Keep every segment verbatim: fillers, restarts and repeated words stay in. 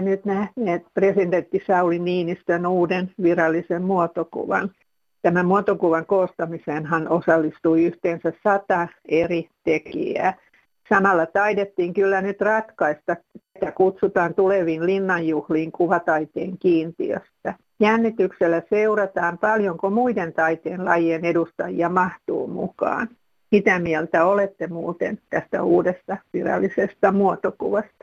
nyt nähneet presidentti Sauli Niinistön uuden virallisen muotokuvan. Tämän muotokuvan koostamiseenhan osallistui yhteensä sata eri tekijää. Samalla taidettiin kyllä nyt ratkaista, että kutsutaan tuleviin linnanjuhliin kuvataiteen kiintiöstä. Jännityksellä seurataan, paljonko muiden taiteen lajien edustajia mahtuu mukaan. Mitä mieltä olette muuten tästä uudesta virallisesta muotokuvasta?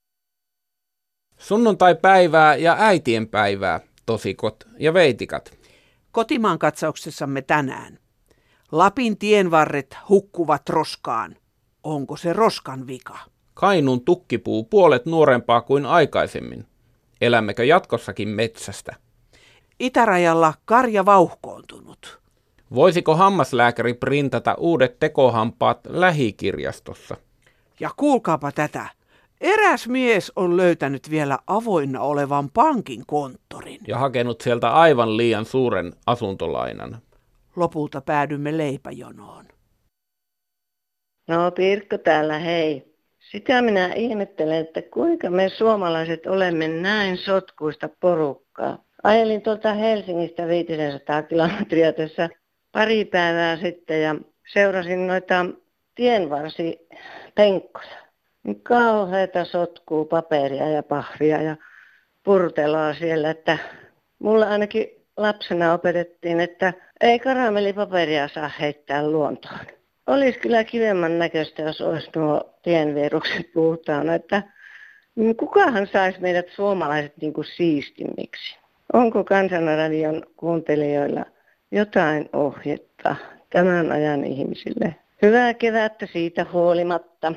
Sunnuntaipäivää ja äitienpäivää, tosikot ja veitikat. Kotimaan katsauksessamme tänään. Lapin tienvarret hukkuvat roskaan. Onko se roskan vika? Kainuun tukkipuu puolet nuorempaa kuin aikaisemmin. Elämmekö jatkossakin metsästä? Itärajalla karja vauhkoontunut. Voisiko hammaslääkäri printata uudet tekohampaat lähikirjastossa? Ja kuulkaapa tätä. Eräs mies on löytänyt vielä avoinna olevan pankin konttorin. Ja hakenut sieltä aivan liian suuren asuntolainan. Lopulta päädymme leipäjonoon. No Pirkko täällä, hei. Sitä minä ihmettelen, että kuinka me suomalaiset olemme näin sotkuista porukkaa. Ajelin tuolta Helsingistä viisisataa kilometriä tässä pari päivää sitten ja seurasin noita tienvarsipenkkoja. Kauheita sotkuu paperia ja pahvia ja purtelaa siellä, että mulla ainakin lapsena opetettiin, että ei karamellipaperia saa heittää luontoon. Olisi kyllä kivemman näköistä, jos olisi nuo tienvierukset puhtaana, että kukahan saisi meidät suomalaiset niin kuin siistimmiksi. Onko Kansanradion kuuntelijoilla jotain ohjetta tämän ajan ihmisille? Hyvää kevättä siitä huolimatta.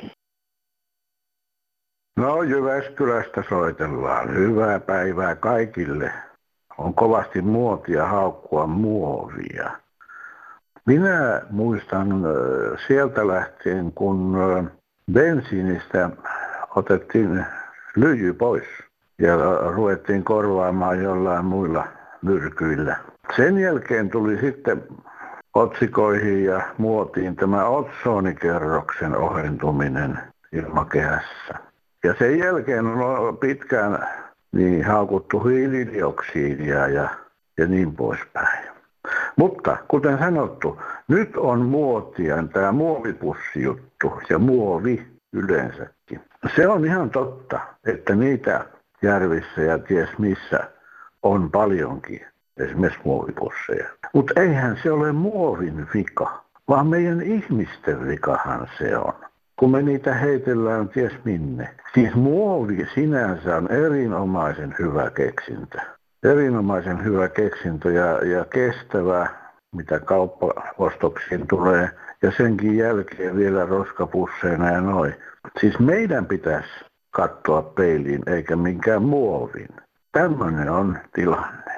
No Jyväskylästä soitellaan. Hyvää päivää kaikille. On kovasti muotia haukkua muovia. Minä muistan sieltä lähtien, kun bensiinistä otettiin lyijy pois ja ruvettiin korvaamaan jollain muilla myrkyillä. Sen jälkeen tuli sitten otsikoihin ja muotiin tämä otsonikerroksen ohentuminen ilmakehässä. Ja sen jälkeen on pitkään niin haukuttu hiilidioksidia ja, ja niin poispäin. Mutta kuten sanottu, nyt on muotia tämä muovipussijuttu ja muovi yleensäkin. Se on ihan totta, että niitä järvissä ja ties missä on paljonkin esimerkiksi muovipusseja. Mutta eihän se ole muovin vika, vaan meidän ihmisten vikahan se on, kun me niitä heitellään ties minne. Siis muovi sinänsä on erinomaisen hyvä keksintö. Erinomaisen hyvä keksintö ja, ja kestävä, mitä kauppaostoksiin tulee, ja senkin jälkeen vielä roskapusseina ja noin. Siis meidän pitäisi katsoa peiliin eikä minkään muovin. Tämmöinen on tilanne.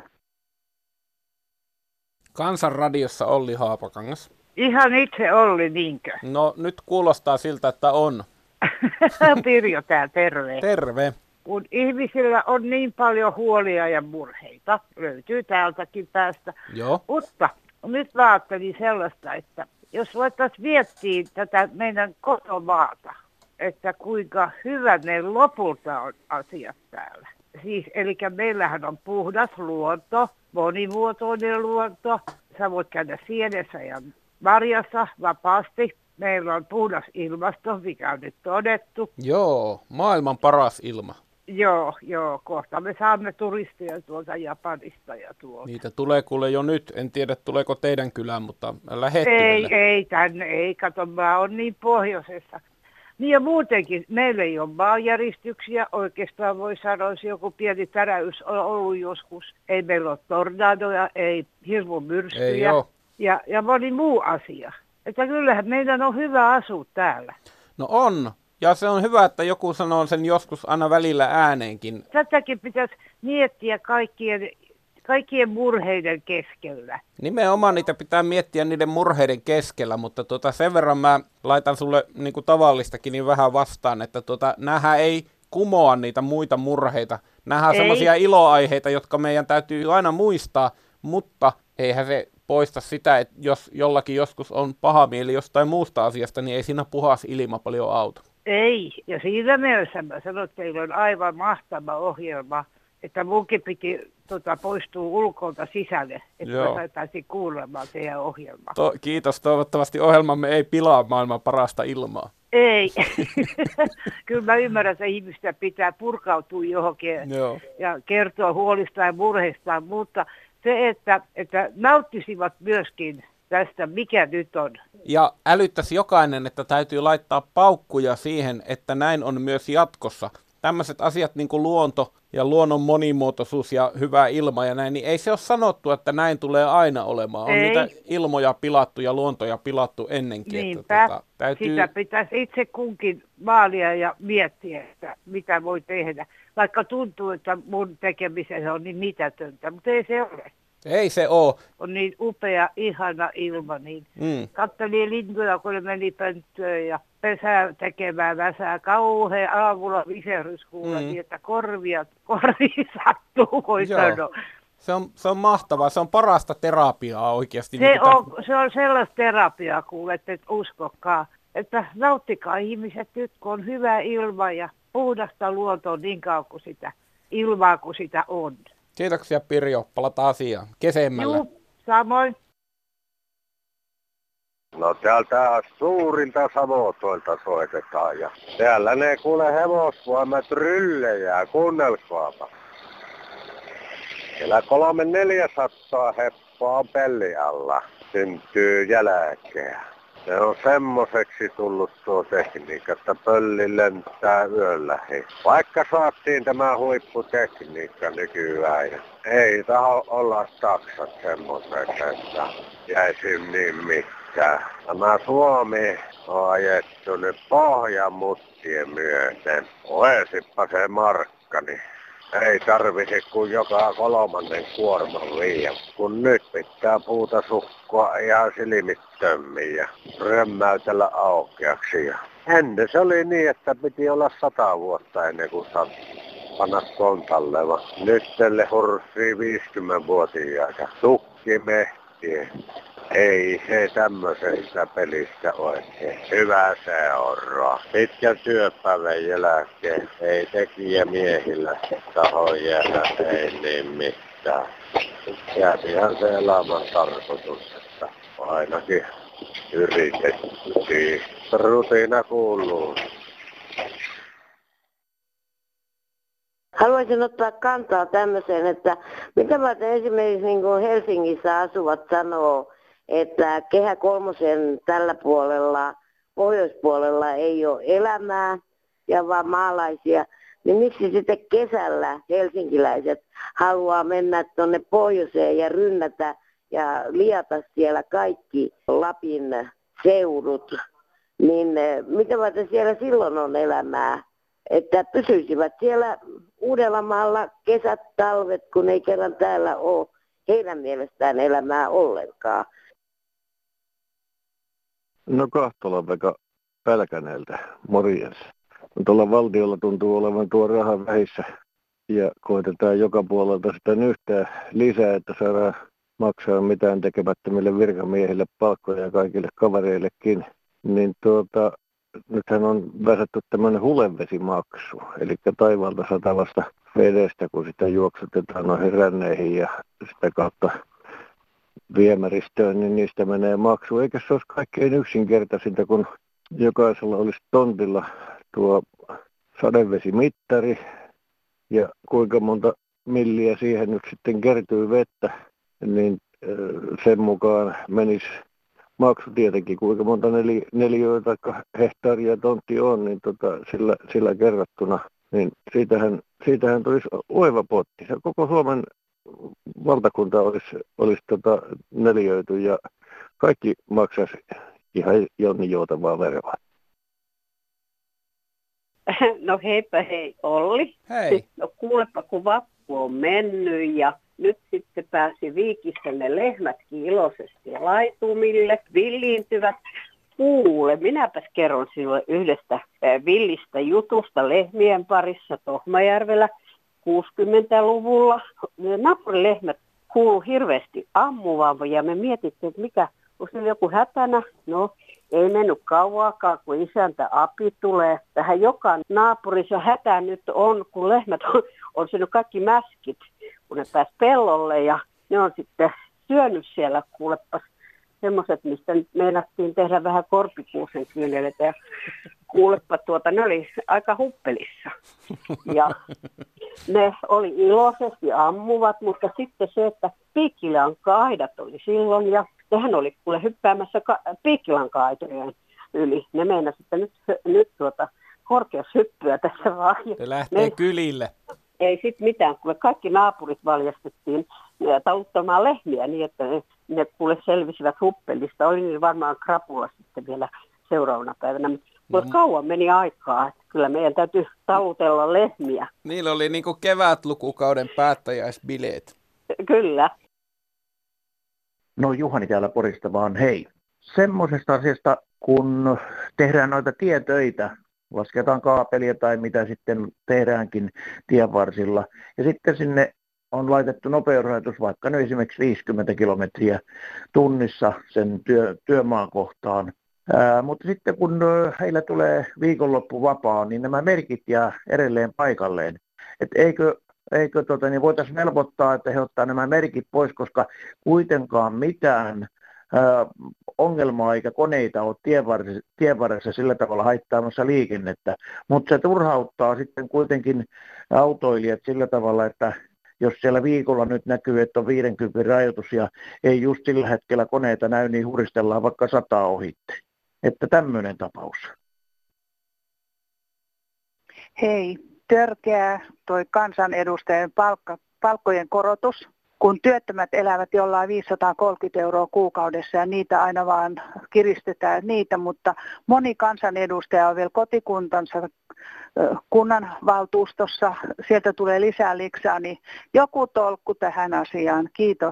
Kansanradiossa Olli Haapakangas. Ihan itse Olli, niinkö? No nyt kuulostaa siltä, että on. Pirjo tää, terve. Terve. Kun ihmisillä on niin paljon huolia ja murheita, löytyy täältäkin päästä. Joo. Mutta nyt mä ajattelin sellaista, että jos voitaisiin miettiä tätä meidän kotomaata, että kuinka hyvä ne lopulta on asiat täällä. Siis, eli meillähän on puhdas luonto, monimuotoinen luonto. Sä voit käydä sienessä ja marjassa vapaasti. Meillä on puhdas ilmasto, mikä on nyt todettu. Joo, maailman paras ilma. Joo, joo, kohta me saamme turisteja tuolta Japanista ja tuolta. Niitä tulee kuule jo nyt. En tiedä, tuleeko teidän kylään, mutta lähettyville. Ei, ei tänne, ei. Kato, mä oon niin pohjoisessa. Niin ja muutenkin, meillä ei ole maanjäristyksiä. Oikeastaan voi sanoa, että joku pieni täräys on ollut joskus. Ei meillä ole tornadoja, ei hirmumyrskyjä. Ei joo. Ja, ja moni muu asia. Että kyllähän meidän on hyvä asua täällä. No on. Ja se on hyvä, että joku sanoo sen joskus aina välillä ääneenkin. Tätäkin pitäisi miettiä kaikkien, kaikkien murheiden keskellä. Nimenomaan niitä pitää miettiä niiden murheiden keskellä, mutta tuota, sen verran mä laitan sulle niin kuin tavallistakin niin vähän vastaan, että tuota, näähän ei kumoa niitä muita murheita. Nämähän on semmoisia iloaiheita, jotka meidän täytyy aina muistaa, mutta eihän se poista sitä, että jos jollakin joskus on paha mieli jostain muusta asiasta, niin ei siinä puhas ilma paljon auta. Ei, ja siinä mielessä mä sanon, että teillä on aivan mahtava ohjelma, että munkin piti tota, poistua ulkolta sisälle, että Joo. mä saataisin kuulemaan teidän ohjelmaa. To- kiitos, toivottavasti ohjelmamme ei pilaa maailman parasta ilmaa. Ei, kyllä mä ymmärrän, että ihmistä pitää purkautua johonkin Joo. ja kertoa huolista ja murheistaan, mutta se, että, että nauttisivat myöskin tästä, mikä nyt on. Ja älyttäisi jokainen, että täytyy laittaa paukkuja siihen, että näin on myös jatkossa. Tämmöiset asiat niin kuin luonto ja luonnon monimuotoisuus ja hyvä ilma ja näin, niin ei se ole sanottu, että näin tulee aina olemaan. On Ei. niitä ilmoja pilattu ja luontoja pilattu ennenkin. Niinpä, että, tota, täytyy... sitä pitäisi itse kunkin maalia ja miettiä, että mitä voi tehdä. Vaikka tuntuu, että mun tekemisessä on niin mitätöntä, mutta ei se ole. Ei se ole. On niin upea, ihana ilma. Niin Mm. katselin lintuja, kun ne meni pönttöön ja pesää tekemään väsää. Kauhean aamulla viserys kuulla, Mm. niin että korvia, korviin sattuu, voi Joo. sanoa. Se on, se on mahtavaa. Se on parasta terapiaa oikeasti. Se niin kuin on, se on sellaista terapiaa, kuule, että et uskokaa. Että nauttikaa ihmiset nyt, kun on hyvä ilma ja puhdasta luontoa niin kauan kuin sitä ilmaa kuin sitä on. Kiitoksia Pirjo. Palataan asiaan. Kesemmällä. Juu, samoin. No täältä suurilta Savotoilta soitetaan ja täällä ne kuule hevosvoimat ryllejä, kuunnelkaapa. Siellä kolme neljäsataa heppoa on pelli alla, syntyy jälkeä. Se on semmoiseksi tullut tuo tekniikka, että pölli lentää yöllähin. Vaikka saatiin tämä huipputekniikka nykyään, ja ei taho olla taksat semmoiseksi, että jäisi niin mitään. Tämä Suomi on ajettu nyt pohjamuttien myöten. Oesippa se markka, niin ei tarvisi kuin joka kolmannen kuorman liian, kun nyt pitää puuta sukkoa ihan silmittömiin ja römmäytellä aukeaksi. Ja ennen se oli niin, että piti olla sata vuotta ennen kuin saat panna kontalle, vaan nyt tälle hurfii viisikymmenvuotiaita tukkimehtiä. Ei se tämmöisestä pelistä oikein. Hyvä seuraa. Pitkän työpäivän jälkeen ei tekijä miehillä taho jäädä, ei niin mitään. Jäätihän se elämän tarkoitus, että ainakin yritettiin. Rutiina kuuluu. Haluaisin ottaa kantaa tämmöiseen, että mitä varten esimerkiksi niin kuin Helsingissä asuvat sanoo, että Kehä Kolmosen tällä puolella, pohjoispuolella ei ole elämää ja vaan maalaisia, niin miksi sitten kesällä helsinkiläiset haluaa mennä tuonne pohjoiseen ja rynnätä ja liata siellä kaikki Lapin seudut, niin mitä varten siellä silloin on elämää, että pysyisivät siellä Uudellamaalla kesät, talvet, kun ei kerran täällä ole heidän mielestään elämää ollenkaan. No Kahtola-Pekka Pälkäneeltä, morjens. Tuolla valtiolla tuntuu olevan tuo raha vähissä ja koitetaan joka puolelta sitä yhtään lisää, että saadaan maksaa mitään tekemättömille virkamiehille palkkoja ja kaikille kavereillekin. Niin tuota, nythän on väsätty tämmöinen hulevesimaksu, eli taivaalta satavasta vedestä, kun sitä juoksutetaan noihin ränneihin ja sitä kautta viemäristöön, niin niistä menee maksu. Eikä se olisi kaikkein yksinkertaisinta, kun jokaisella olisi tontilla tuo sadevesimittari ja kuinka monta milliä siihen nyt sitten kertyy vettä, niin sen mukaan menisi maksu tietenkin, kuinka monta neli, neliöitä tai hehtaaria tontti on, niin tota, sillä, sillä kerrattuna, niin siitähän, siitähän tulisi oiva potti. Se koko Suomen valtakunta olisi, olisi tota neliöity ja kaikki maksaisi ihan jonni joutavaa veroa. No heipä hei Olli. Hei. No kuulepa kun vappu on mennyt ja nyt sitten pääsi Viikissä ne lehmätkin iloisesti laitumille, villiintyvät. Kuule, minäpäs kerron sinulle yhdestä villistä jutusta lehmien parissa Tohmajärvellä kuusikymmentäluvulla. Naapurilehmät kuului hirveästi ammuvan ja me mietittiin, että mikä, onko se joku hätänä? No, Ei mennyt kauaakaan, kun isäntä Api tulee. Tähän joka naapurissa hätä nyt on, kun lehmät on, on syönyt kaikki mäskit, kun ne pääsi pellolle ja ne on sitten syönyt siellä, kuulepas, semmoiset, mistä nyt meinattiin tehdä vähän korpikuusen kyyneleitä ja kuulepa tuota, ne oli aika huppelissa. Ja ne oli iloisesti ammuvat, mutta sitten se, että piikkilanka-aidat oli silloin ja nehän oli kuule hyppäämässä ka- piikkilanka-aitojen yli. Ne meinasivat, että nyt, nyt tuota, korkeushyppyä tässä vaan. Se lähtee ne, kylille. Ei sit mitään, kun kaikki naapurit valjastettiin taluttamaan lehmiä niin, että ne, ne kuule selvisivät huppelista. Oli niin varmaan krapula sitten vielä seuraavana päivänä. Mutta mm. kauan meni aikaa, että kyllä meidän täytyy talutella lehmiä. Niillä oli niinku kevätlukukauden päättäjäisbileet. Kyllä. No Juhani täällä Porista vaan hei. Semmoisesta asiasta, kun tehdään noita tietöitä, lasketaan kaapelia tai mitä sitten tehdäänkin tienvarsilla. Ja sitten sinne on laitettu nopeusrajoitus vaikka nyt esimerkiksi viisikymmentä kilometriä tunnissa sen työ, työmaakohtaan. Ää, mutta sitten kun heillä tulee viikonloppu vapaa, niin nämä merkit jää edelleen paikalleen. Et eikö eikö tota, niin voitaisiin helpottaa, että he ottaa nämä merkit pois, koska kuitenkaan mitään ää, ongelmaa eikä koneita ole tienvarressa, tienvarressa sillä tavalla haittaamassa liikennettä. Mutta se turhauttaa sitten kuitenkin autoilijat sillä tavalla, että jos siellä viikolla nyt näkyy, että on viidenkymmenen rajoitus ja ei just sillä hetkellä koneita näy, niin huristellaan vaikka sataa ohitte. Että tämmöinen tapaus. Hei, törkeää toi kansanedustajien palkka, palkkojen korotus, kun työttömät elävät jollain viisisataakolmekymmentä euroa kuukaudessa ja niitä aina vaan kiristetään niitä, mutta moni kansanedustaja on vielä kotikuntansa kunnanvaltuustossa, sieltä tulee lisää liksaa, niin joku tolkku tähän asiaan. Kiitos.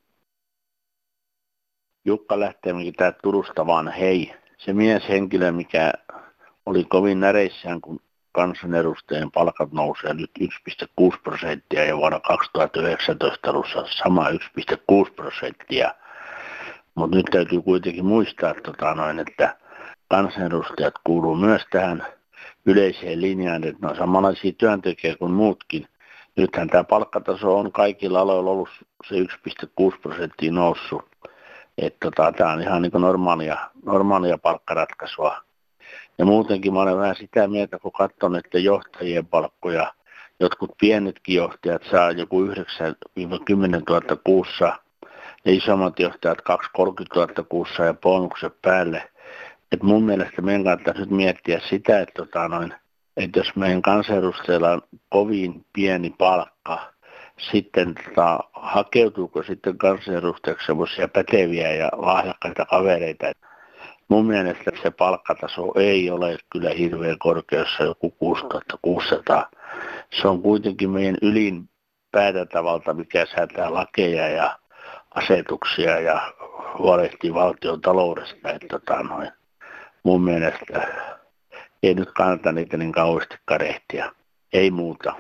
Jukka Lähteenmäki tää Turusta vaan hei. Se mieshenkilö, mikä oli kovin näreissään, kun kansanedustajien palkat nousee nyt yksi pilkku kuusi prosenttia ja vuonna kaksituhattayhdeksäntoista alussa sama yksi pilkku kuusi prosenttia. Mutta nyt täytyy kuitenkin muistaa, tota noin, että kansanedustajat kuuluu myös tähän yleiseen linjaan, että ne on samanlaisia työntekijöitä kuin muutkin. Nythän tämä palkkataso on kaikilla aloilla ollut se yksi pilkku kuusi prosenttia noussut. Että tota, tämä on ihan niin kuin normaalia, normaalia palkkaratkaisua. Ja muutenkin mä olen vähän sitä mieltä, kun katson, että johtajien palkkoja, jotkut pienetkin johtajat saa joku yhdeksän kymmenen tuhatta kuussa ja isommat johtajat kaksi kolmekymmentä tuhatta kuussa ja bonukset päälle. Et mun mielestä meidän kannattaisi nyt miettiä sitä, että, tota noin, että jos meidän kansanedustajilla on kovin pieni palkka, sitten tota, hakeutuuko sitten kansanedustajaksi semmoisia päteviä ja lahjakkaita kavereita. Mun mielestä se palkkataso ei ole kyllä hirveän korkeassa, joku kuusituhatta kuusisataa. Se on kuitenkin meidän ylin päätäntävalta, mikä säätää lakeja ja asetuksia ja huolehtii valtion taloudesta. Että, tota, noin, mun mielestä ei nyt kannata niitä niin kauheasti karehtia. Ei muuta.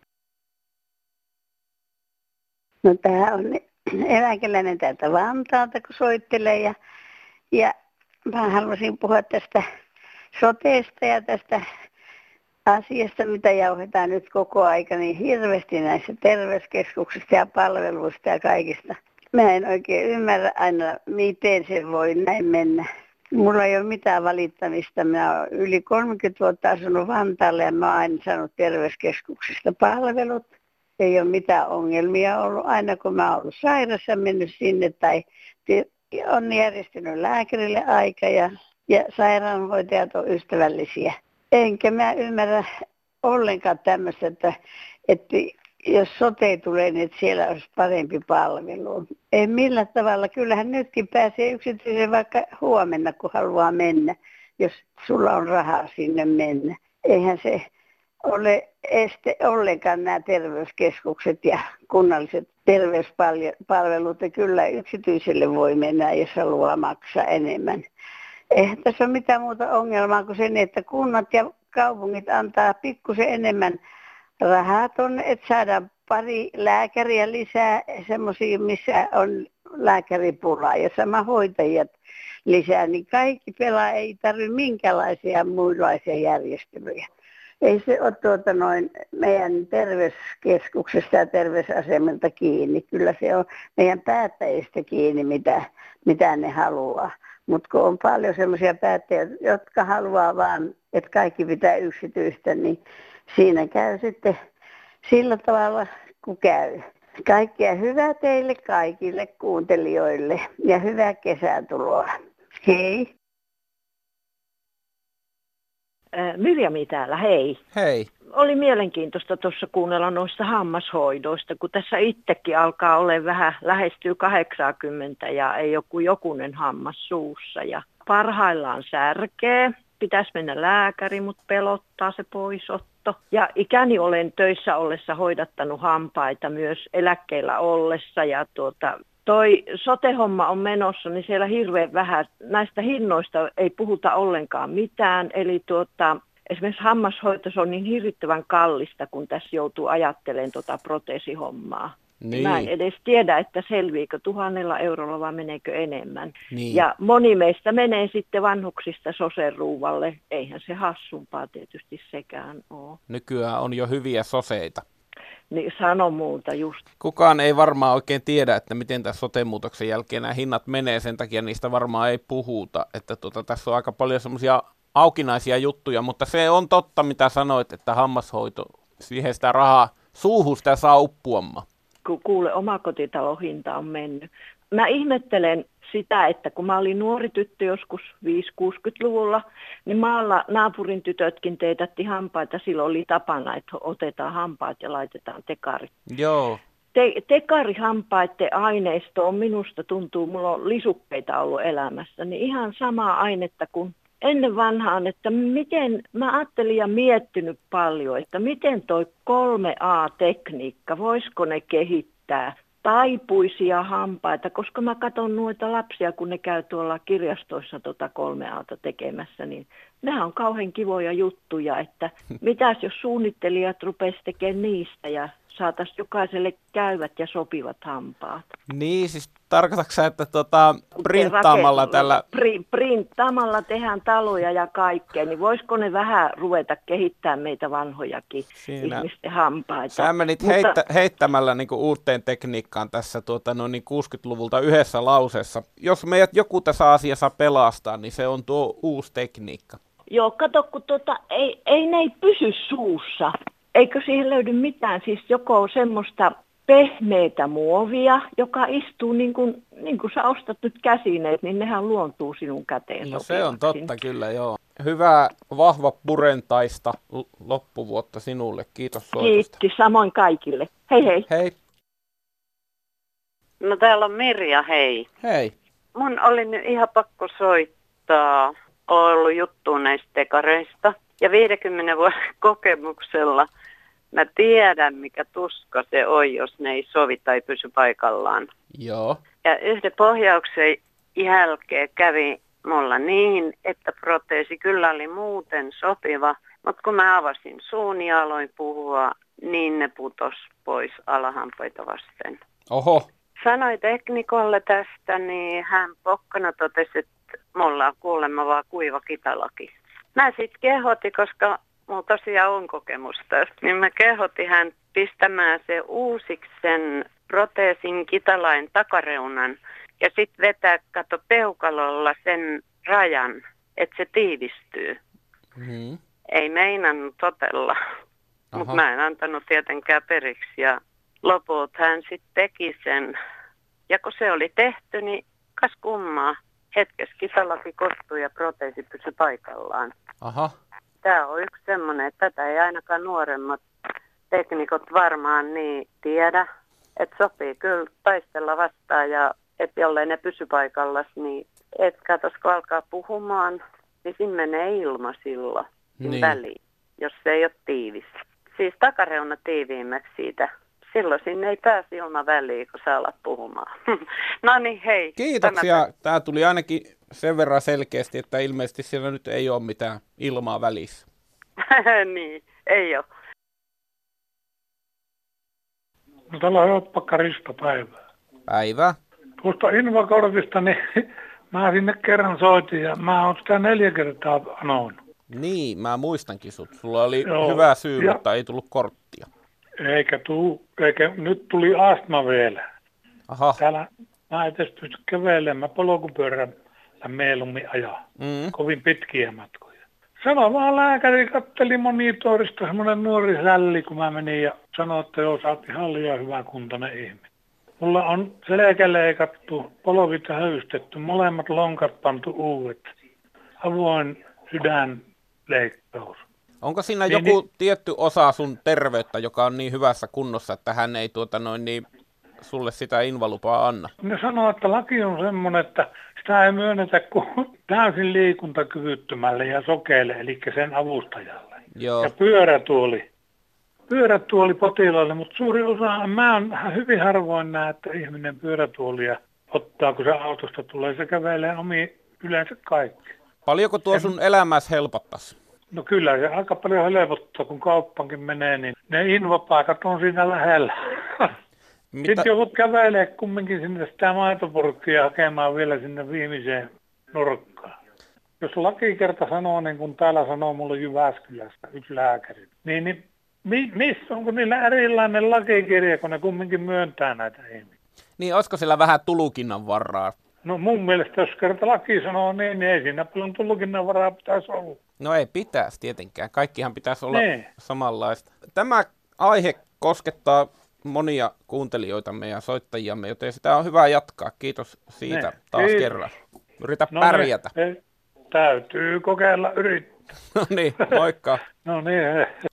No tämä on eläkeläinen täältä Vantaalta, kun soittelee ja, ja mä haluaisin puhua tästä soteesta ja tästä asiasta, mitä jauhetaan nyt koko aika niin hirveästi näissä terveyskeskuksista ja palveluista ja kaikista. Mä en oikein ymmärrä aina, miten se voi näin mennä. Mulla ei ole mitään valittamista. Mä oon yli kolmekymmentä vuotta asunut Vantaalla ja mä oon aina saanut terveyskeskuksista palvelut. Ei ole mitään ongelmia ollut. Aina kun mä oon ollut sairas ja mennyt sinne tai on järjestynyt lääkärille aika ja, ja sairaanhoitajat on ystävällisiä. Enkä mä ymmärrä ollenkaan tämmöistä, että, että jos sote tulee, niin että siellä olisi parempi palvelu. Ei millään tavalla. Kyllähän nytkin pääsee yksityiseen vaikka huomenna, kun haluaa mennä, jos sulla on rahaa sinne mennä. Eihän se ole este ollenkaan nämä terveyskeskukset ja kunnalliset terveyspalvelut. Ja kyllä yksityiselle voi mennä, jos haluaa maksaa enemmän. Eihän tässä ole mitään muuta ongelmaa kuin sen, että kunnat ja kaupungit antaa pikkusen enemmän rahaa tuonne, että saadaan pari lääkäriä lisää, semmoisia, missä on lääkäripulaa ja sama hoitajat lisää, niin kaikki pelaa, ei tarvitse minkälaisia muunlaisia järjestelyjä. Ei se ole tuota noin meidän terveyskeskuksesta ja terveysasemilta kiinni. Kyllä se on meidän päättäjistä kiinni, mitä, mitä ne haluaa. Mutta kun on paljon sellaisia päättäjiä, jotka haluaa vaan, että kaikki pitää yksityistä, niin siinä käy sitten sillä tavalla, kun käy. Kaikkea hyvää teille kaikille kuuntelijoille ja hyvää kesätuloa. Hei! Mirjami täällä, hei. Hei. Oli mielenkiintoista tuossa kuunnella noista hammashoidoista, kun tässä itsekin alkaa olla vähän, lähestyy kahdeksankymmentä ja ei ole kuin jokunen hammas suussa. Ja parhaillaan särkee, pitäisi mennä lääkäri, mutta pelottaa se poisotto. Ja ikäni olen töissä ollessa hoidattanut hampaita myös eläkkeellä ollessa ja tuota... Toi sote-homma on menossa, niin siellä hirveän vähän, näistä hinnoista ei puhuta ollenkaan mitään. Eli tuota, esimerkiksi hammashoito on niin hirvittävän kallista, kun tässä joutuu ajattelemaan tuota proteesihommaa. Niin. Mä en edes tiedä, että selviikö tuhannella eurolla vai meneekö enemmän. Niin. Ja moni meistä menee sitten vanhuksista soseruuvalle. Eihän se hassumpaa tietysti sekään ole. Nykyään on jo hyviä soseita. Niin sano muuta just. Kukaan ei varmaan oikein tiedä, että miten tässä sote-muutoksen jälkeen nämä hinnat menee, sen takia niistä varmaan ei puhuta. Että tuota, tässä on aika paljon semmoisia aukinaisia juttuja, mutta se on totta, mitä sanoit, että hammashoito, siihen sitä rahaa, suuhun sitä saa uppuamma. Kun kuule, omakotitalon hinta on mennyt. Mä ihmettelen sitä, että kun mä olin nuori tyttö joskus viisikymmentä-kuusikymmentäluvulla, niin maalla naapurin tytötkin teetätti hampaita. Silloin oli tapana, että otetaan hampaat ja laitetaan tekarit. Joo. Te- tekarihampaiden aineisto on minusta tuntuu, mulla on lisukkeita ollut elämässä, niin ihan samaa ainetta kuin ennen vanhaan, että miten, mä ajattelin ja miettinyt paljon, että miten toi kolme A-tekniikka, voisiko ne kehittää taipuisia hampaita, koska mä katson noita lapsia, kun ne käy tuolla kirjastoissa tota kolme A:ta tekemässä, niin nämä on kauhean kivoja juttuja, että mitäs jos suunnittelijat rupesivat tekemään niistä ja saataisiin jokaiselle käyvät ja sopivat hampaat. Niin, siis tarkoitatko sä, että tota, printtaamalla tällä... Pri, printtaamalla tehdään taloja ja kaikkea, niin voisiko ne vähän ruveta kehittämään meitä vanhojakin Siinä. ihmisten hampaita? Sä menit Mutta... heittä, heittämällä niinku uuteen tekniikkaan tässä tuota, noin niin kuusikymmentäluvulta yhdessä lauseessa. Jos meidät joku tässä asiassa pelastaa, niin se on tuo uusi tekniikka. Joo, kato, kun tuota, ei, ei ne ei pysy suussa. Eikö siihen löydy mitään, siis joko semmoista pehmeätä muovia, joka istuu niin kuin, niin kuin sä ostat nyt käsineet, niin nehän luontuu sinun käteen. No se on totta kyllä, joo. Hyvää, vahva purentaista loppuvuotta sinulle. Kiitos soitosta. Kiitti, samoin kaikille. Hei hei. Hei. No täällä on Mirja, hei. Hei. Mun oli nyt ihan pakko soittaa. On ollut juttua näistä tekareista. Ja viidenkymmenen vuoden kokemuksella mä tiedän, mikä tuska se on, jos ne ei sovi tai pysy paikallaan. Joo. Ja yhden pohjauksen jälkeen kävi mulla niin, että proteesi kyllä oli muuten sopiva, mutta kun mä avasin suun ja aloin puhua, niin ne putos pois alahampaita vasten. Oho. Sanoi teknikolle tästä, niin hän pokkana totesi, että mulla on kuulemma vaan kuiva kitalaki. Mä sitten kehotin, koska mulla tosiaan on kokemusta, niin mä kehotin hän pistämään se uusiksi sen proteesin kitalain takareunan ja sitten vetää, kato, peukalolla sen rajan, että se tiivistyy. Mm-hmm. Ei meinannut totella, mutta mä en antanut tietenkään periksi ja loput hän sitten teki sen. Ja kun se oli tehty, niin kas kummaa. Hetkessä kitalaki kostui ja proteesi pysyi paikallaan. Aha. Tämä on yksi semmoinen, että tätä ei ainakaan nuoremmat teknikot varmaan niin tiedä. Että sopii kyllä taistella vastaan ja että jollei ne pysy paikallaan, niin et katos kun alkaa puhumaan, niin siinä menee ilma silloin niin. Väliin, jos se ei ole tiivis. Siis takareuna tiiviimmäksi siitä. Silloin sinne ei pääsi ilman väliin, kun sä alat puhumaan. No niin, hei. Kiitoksia. Tämä... Tämä tuli ainakin sen verran selkeästi, että ilmeisesti siellä nyt ei ole mitään ilmaa välissä. Niin, ei ole. No täällä on Joppakka Risto, päivää. Päivää. Tuosta invakortista, niin Mä sinne kerran soitin ja mä oon sitä neljä kertaa anonut. Niin, mä muistankin sut. Sulla oli Joo, hyvä syy, ja- mutta ei tullut korttia. Eikä tuu, eikä, nyt tuli astma vielä. Aha. Täällä mä en edes pysty kävelemään, mä polkupyörällä mieluummin ajaa. Mm. Kovin pitkiä matkoja. Sano vaan lääkäri, katteli monitorista semmoinen nuori sälli, kun mä menin ja sanoi, että joo, sä oot ihan liian hyvä kuntoinen ihminen. Mulla on selkä leikattu, polvit höystetty, molemmat lonkat pantu uudet. Avoin sydänleikkaus. Onko siinä Niin, joku niin. tietty osa sun terveyttä, joka on niin hyvässä kunnossa, että hän ei tuota noin niin sulle sitä invalupaa anna? Ne sanoo, että laki on semmoinen, että sitä ei myönnetä kuin täysin liikuntakyvyttömälle ja sokeelle, eli sen avustajalle. Joo. Ja pyörätuoli. Pyörätuoli potilaalle, mutta suuri osa, mä on hyvin harvoin näe, että ihminen pyörätuolia ottaa, kun se autosta tulee, se kävelee omiin yleensä kaikki. Paljonko tuo En- sun elämässä helpottaisi? No kyllä se aika paljon helpottaa, kun kauppankin menee, niin ne invopaikat on siinä lähellä. Mitä? Sitten joudut kävelee kumminkin sinne sitä maitopurkkia hakemaan vielä sinne viimeiseen nurkkaan. Jos lakikerta sanoo, niin kuin täällä sanoo mulle Jyväskylästä yksi lääkäri, niin, niin mi, missä onko niillä erilainen lakikirja, kun ne kumminkin myöntää näitä ihmisiä? Niin, olisiko sillä vähän tulukinnan varaa? No mun mielestä, jos kerta laki sanoo niin, niin ei siinä paljon tulkinnan varaa pitäisi olla. No ei pitäisi tietenkään. Kaikkihan pitäisi olla Niin. samanlaista. Tämä aihe koskettaa monia kuuntelijoitamme ja soittajiamme, joten sitä on hyvä jatkaa. Kiitos siitä Niin. taas Kiitos. kerran. Yritä No pärjätä. Ne, ne, täytyy kokeilla yrittää. No niin, moikka. No niin,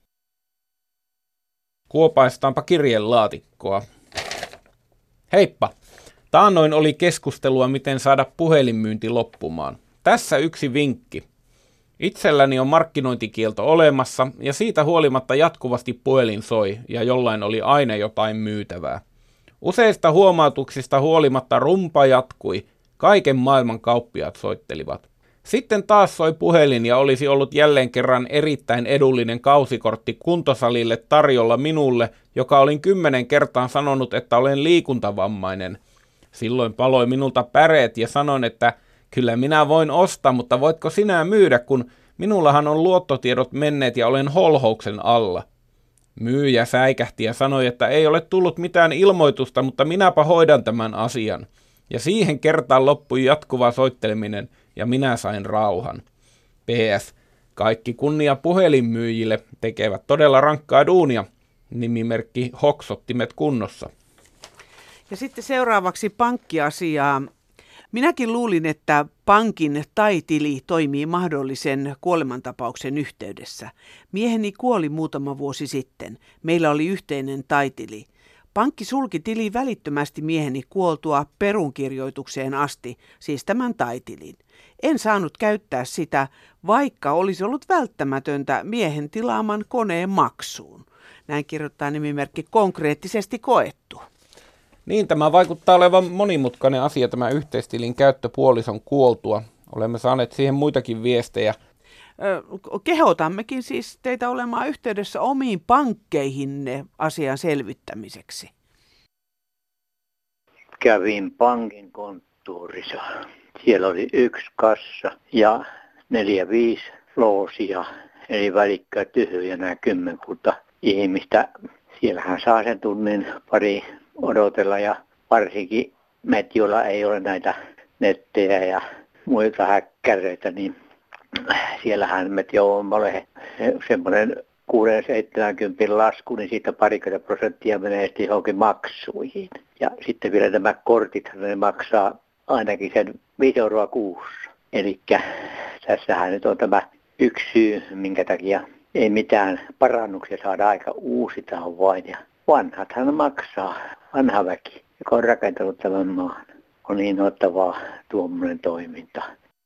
Kuopaistaanpa kirjelaatikkoa. Heippa! Taannoin oli keskustelua, miten saada puhelinmyynti loppumaan. Tässä yksi vinkki. Itselläni on markkinointikielto olemassa ja siitä huolimatta jatkuvasti puhelin soi ja jollain oli aina jotain myytävää. Useista huomautuksista huolimatta rumpa jatkui. Kaiken maailman kauppiaat soittelivat. Sitten taas soi puhelin ja olisi ollut jälleen kerran erittäin edullinen kausikortti kuntosalille tarjolla minulle, joka olin kymmenen kertaa sanonut, että olen liikuntavammainen. Silloin paloi minulta päreet ja sanoin, että kyllä minä voin ostaa, mutta voitko sinä myydä, kun minullahan on luottotiedot menneet ja olen holhouksen alla. Myyjä säikähti ja sanoi, että ei ole tullut mitään ilmoitusta, mutta minäpä hoidan tämän asian. Ja siihen kertaan loppui jatkuva soitteleminen ja minä sain rauhan. P S. Kaikki kunnia puhelinmyyjille, tekevät todella rankkaa duunia. Nimimerkki Hoksottimet kunnossa. Ja sitten seuraavaksi pankkiasiaa. Minäkin luulin, että pankin tai-tili toimii mahdollisen kuolemantapauksen yhteydessä. Mieheni kuoli muutama vuosi sitten. Meillä oli yhteinen tai-tili. Pankki sulki tili välittömästi mieheni kuoltua perunkirjoitukseen asti, siis tämän tai-tilin. En saanut käyttää sitä, vaikka olisi ollut välttämätöntä miehen tilaaman koneen maksuun. Näin kirjoittaa nimimerkki konkreettisesti koettu. Niin, tämä vaikuttaa olevan monimutkainen asia, tämä yhteistilin käyttö puolison kuoltua. Olemme saaneet siihen muitakin viestejä. Ö, Kehotammekin siis teitä olemaan yhteydessä omiin pankkeihinne asian selvittämiseksi. Kävin pankin konttuurissa. Siellä oli yksi kassa ja neljä viisi loosia, eli välikköä tyhjänä kymmenkunta ihmistä. Siellähän saa sen tunnin pari odotella ja varsinkin meitä, joilla ei ole näitä nettejä ja muita häkkäreitä, niin siellähän me joudumme semmoinen kuusi seitsemänkymmentä lasku, niin siitä parikymmentä prosenttia menee sitten johonkin maksuihin. Ja sitten vielä nämä kortit, ne maksaa ainakin sen viisi euroa kuussa. Eli tässähän nyt on tämä yksi syy, minkä takia ei mitään parannuksia saada aika uusitaan vain. Ja vanhathan maksaa, vanha väki, joka on rakentanut tämän maan. On niin ottavaa tuommoinen toiminta.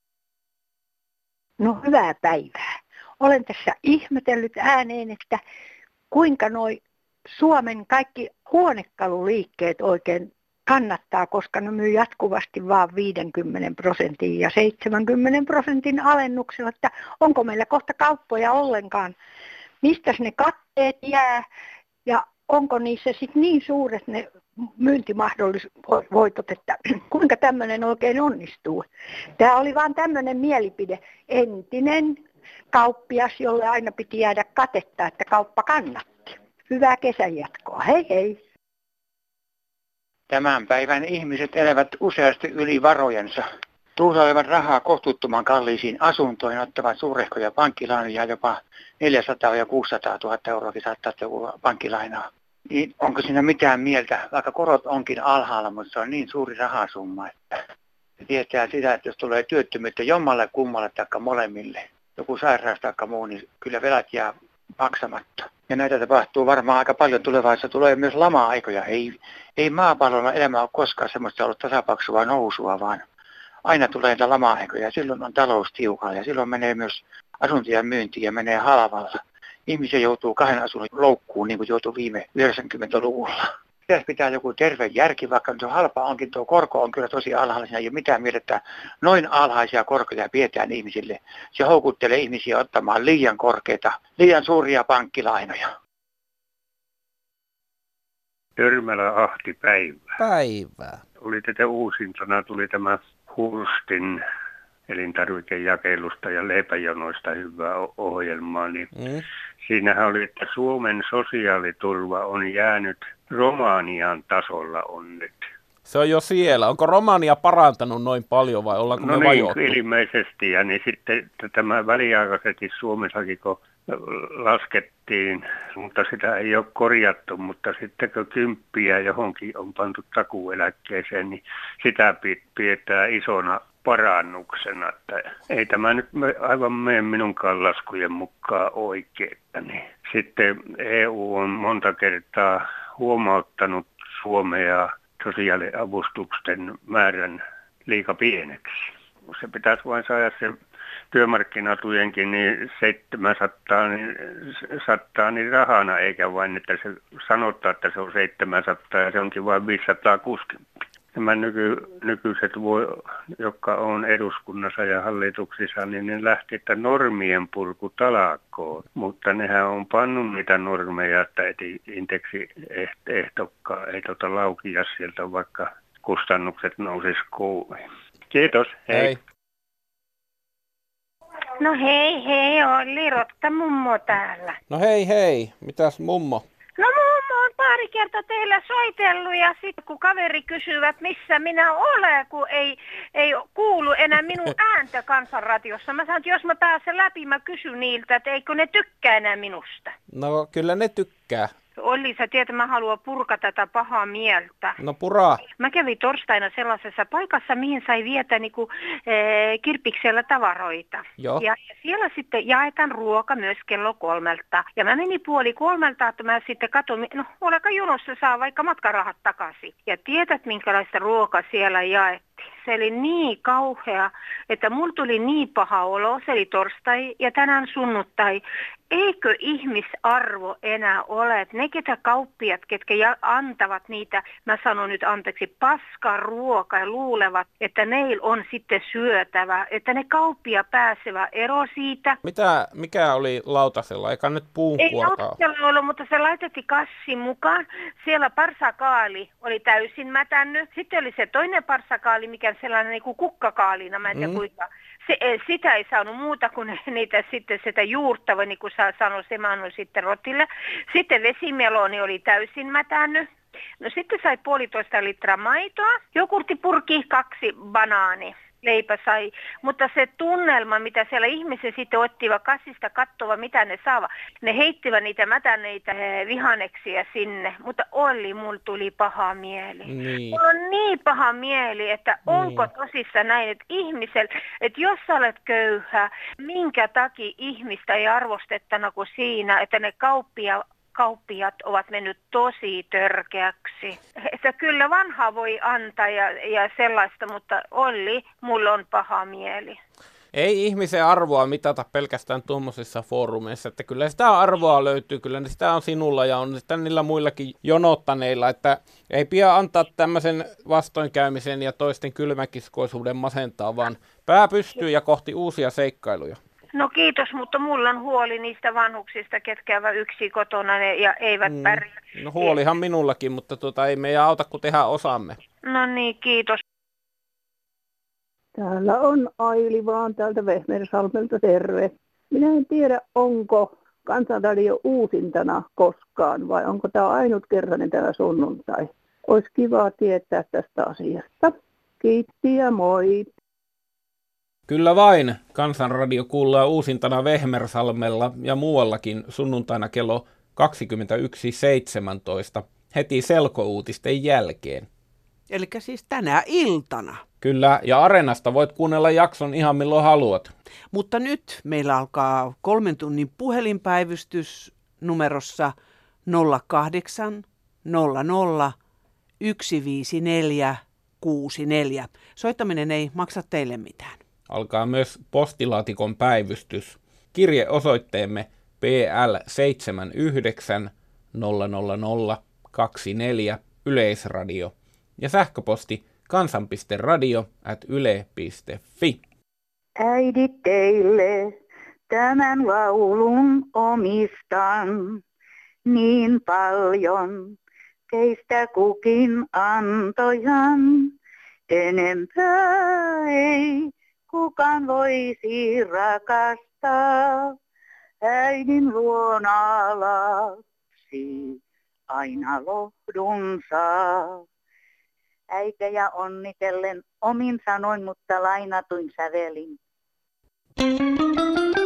No hyvää päivää. Olen tässä ihmetellyt ääneen, että kuinka noi Suomen kaikki huonekaluliikkeet oikein kannattaa, koska ne myy jatkuvasti vaan viidenkymmenen prosentin ja seitsemänkymmenen prosentin alennuksella, että onko meillä kohta kauppoja ollenkaan, mistä ne katteet jää ja onko niissä sitten niin suuret ne myyntimahdollisuudet, että kuinka tämmöinen oikein onnistuu. Tämä oli vaan tämmöinen mielipide. Entinen kauppias, jolle aina piti jäädä katetta, että kauppa kannatti. Hyvää kesän jatkoa. Hei hei! Tämän päivän ihmiset elävät useasti yli varojensa. Tuhlailevat rahaa kohtuuttoman kalliisiin asuntoihin, ottavat suurehkoja pankkilainoja, jopa neljäsataa ja kuusisataa tuhatta euroa saattaa joku pankkilainaa. Niin onko siinä mitään mieltä, vaikka korot onkin alhaalla, mutta se on niin suuri rahasumma, että se tietää sitä, että jos tulee työttömyyttä jommalle kummalle taikka molemmille, joku sairaus taikka muu, niin kyllä velat jää maksamatta. Ja näitä tapahtuu varmaan aika paljon tulevaisuudessa. Tulee myös lama-aikoja. Ei, ei maapallolla elämä ole koskaan semmoista ollut tasapaksua nousua, vaan aina tulee niitä lama-aikoja. Silloin on talous tiukalla ja silloin menee myös asuntojen myyntiin ja menee halvalla. Ihmisiä joutuu kahden asunnon loukkuun, niin kuin joutui viime yhdeksänkymmentäluvulla. Pitäisi pitää joku terve järki, vaikka se halpa onkin, tuo korko on kyllä tosi alhaalla. Siinä ei ole mitään mieltä, että noin alhaisia korkoja pidetään ihmisille. Se houkuttelee ihmisiä ottamaan liian korkeita, liian suuria pankkilainoja. Törmälä Ahti, päivää. Päivää. Oli tätä uusintana, tuli tämä Hurstin elintarvikejakelusta ja leipäjonoista hyvää ohjelmaa, niin mm. siinähän oli, että Suomen sosiaaliturva on jäänyt Romanian tasolla on nyt. Se on jo siellä. Onko Romania parantanut noin paljon vai ollaanko no me vajottu? No niin, ilmeisesti. Ja niin sitten tämä väliaikaisesti Suomessakin, kun laskettiin, mutta sitä ei ole korjattu, mutta sitten kun kymppiä johonkin on pantu takuueläkkeeseen, niin sitä pidetään isona parannuksena, että ei tämä nyt aivan mene minunkaan laskujen mukaan oikein. Niin. Sitten E U on monta kertaa huomauttanut Suomea sosiaaliavustusten määrän liika pieneksi. Se pitäisi vain saada se työmarkkinatujenkin niin seitsemänsataa niin, sattaa niin rahana, eikä vain, että se sanotaan, että se on seitsemänsataa ja se onkin vain viisisataakuusikymmentä. Nämä nyky, nykyiset, voi, jotka on eduskunnassa ja hallituksissa, niin ne lähti, että normien purku talakkoon. Mutta nehän on pannut niitä normeja, että indeksi ehtokkaan ei tota laukia sieltä, vaikka kustannukset nousis kouluihin. Kiitos, hei. hei. No hei hei, Olli, Rotta mummo täällä. No hei hei, mitäs mummo? No mummo on pari kertaa teillä soitellut ja sitten kun kaveri kysyvät missä minä olen, kun ei, ei kuulu enää minun ääntä Kansanradiossa. Mä sanon, että jos mä pääsen läpi, mä kysyn niiltä, että eikö ne tykkää enää minusta. No kyllä ne tykkää. Olli, sä tiedät, mä haluan purka tätä pahaa mieltä. No puraa. Mä kävin torstaina sellaisessa paikassa, mihin sai vietä niinku, e, kirpiksellä tavaroita. Joo. Ja, ja siellä sitten jaetaan ruoka myös kello kolmelta. Ja mä menin puoli kolmelta, että mä sitten katsoin, no olenko jonossa saa vaikka matkarahat takaisin. Ja tiedät, minkälaista ruokaa siellä jaettiin. Se oli niin kauhea, että mulla tuli niin paha olo. Se oli torstai ja tänään sunnuntai. Eikö ihmisarvo enää ole, että ne ketä kauppiat, ketkä antavat niitä, mä sanon nyt anteeksi, paskaa ruokaa ja luulevat, että neillä on sitten syötävä, että ne kauppia pääsevät ero siitä. Mitä, mikä oli lautasella? Eikä nyt puun Ei kuorkaa? lautasella ollut, mutta se laitettiin kassin mukaan. Siellä parsakaali oli täysin mätännyt. Sitten oli se toinen parsakaali, mikä on sellainen niin kuin kukkakaalina, mä en tiedä mm. kuinka. Se, sitä ei saanut muuta kuin niitä sitten sitä juurtava, niin kuin sanoi se Manu sitten Rotille. Sitten vesimeloni oli täysin mätännyt. No sitten sai puolitoista litraa maitoa, jogurttipurki, kaksi banaani. Leipä sai, mutta se tunnelma, mitä siellä ihmiset sitten ottivat kassista kattova, mitä ne saavat, ne heittivät niitä mätäneitä vihanneksia sinne, mutta Olli, mulla tuli paha mieli. Niin. Mulla on niin paha mieli, että onko niin. tosissaan näin, että ihmisellä, että jos sä olet köyhä, minkä takia ihmistä ei arvostettana kuin siinä, että ne kauppia kauppiat ovat mennyt tosi törkeäksi. Että kyllä vanha voi antaa ja, ja sellaista, mutta Olli, mulla on paha mieli. Ei ihmisen arvoa mitata pelkästään tuommoisissa foorumeissa, että kyllä sitä arvoa löytyy, kyllä sitä on sinulla ja on sitä niillä muillakin jonottaneilla, että ei pian antaa tämmöisen vastoinkäymisen ja toisten kylmäkiskoisuuden masentaa, vaan pää pystyy ja kohti uusia seikkailuja. No kiitos, mutta mulla on huoli niistä vanhuksista, ketkä ovat yksi kotona ja eivät mm. pärjää. No huolihan minullakin, mutta tuota, ei meidän auta, kun tehdään osamme. No niin, kiitos. Täällä on Aili vaan täältä Vehmersalmelta, terve. Minä en tiedä, onko Kansanradio uusintana koskaan vai onko tämä ainutkertainen tämä sunnuntai. Olisi kiva tietää tästä asiasta. Kiitti ja moi. Kyllä vain. Kansanradio kuullaan uusintana Vehmersalmella ja muuallakin sunnuntaina kello kaksikymmentäyksi seitsemäntoista heti selkouutisten jälkeen. Eli siis tänä iltana. Kyllä, ja Areenasta voit kuunnella jakson ihan milloin haluat. Mutta nyt meillä alkaa kolmen tunnin puhelinpäivystys numerossa nolla kahdeksan nolla nolla yksi viisi neljä kuusi neljä. Soittaminen ei maksa teille mitään. Alkaa myös postilaatikon päivystys. Kirjeosoitteemme P L seitsemänkymmentäyhdeksän nolla nolla nolla kaksikymmentäneljä Yleisradio ja sähköposti kansan piste radio ät yle piste fi. Äidit teille tämän laulun omistan, niin paljon teistä kukin antojan, enempää ei kukaan voisi rakastaa, äidin luona lapsi aina lohdun saa. Äitejä onnitellen omin sanoin, mutta lainatuin sävelin.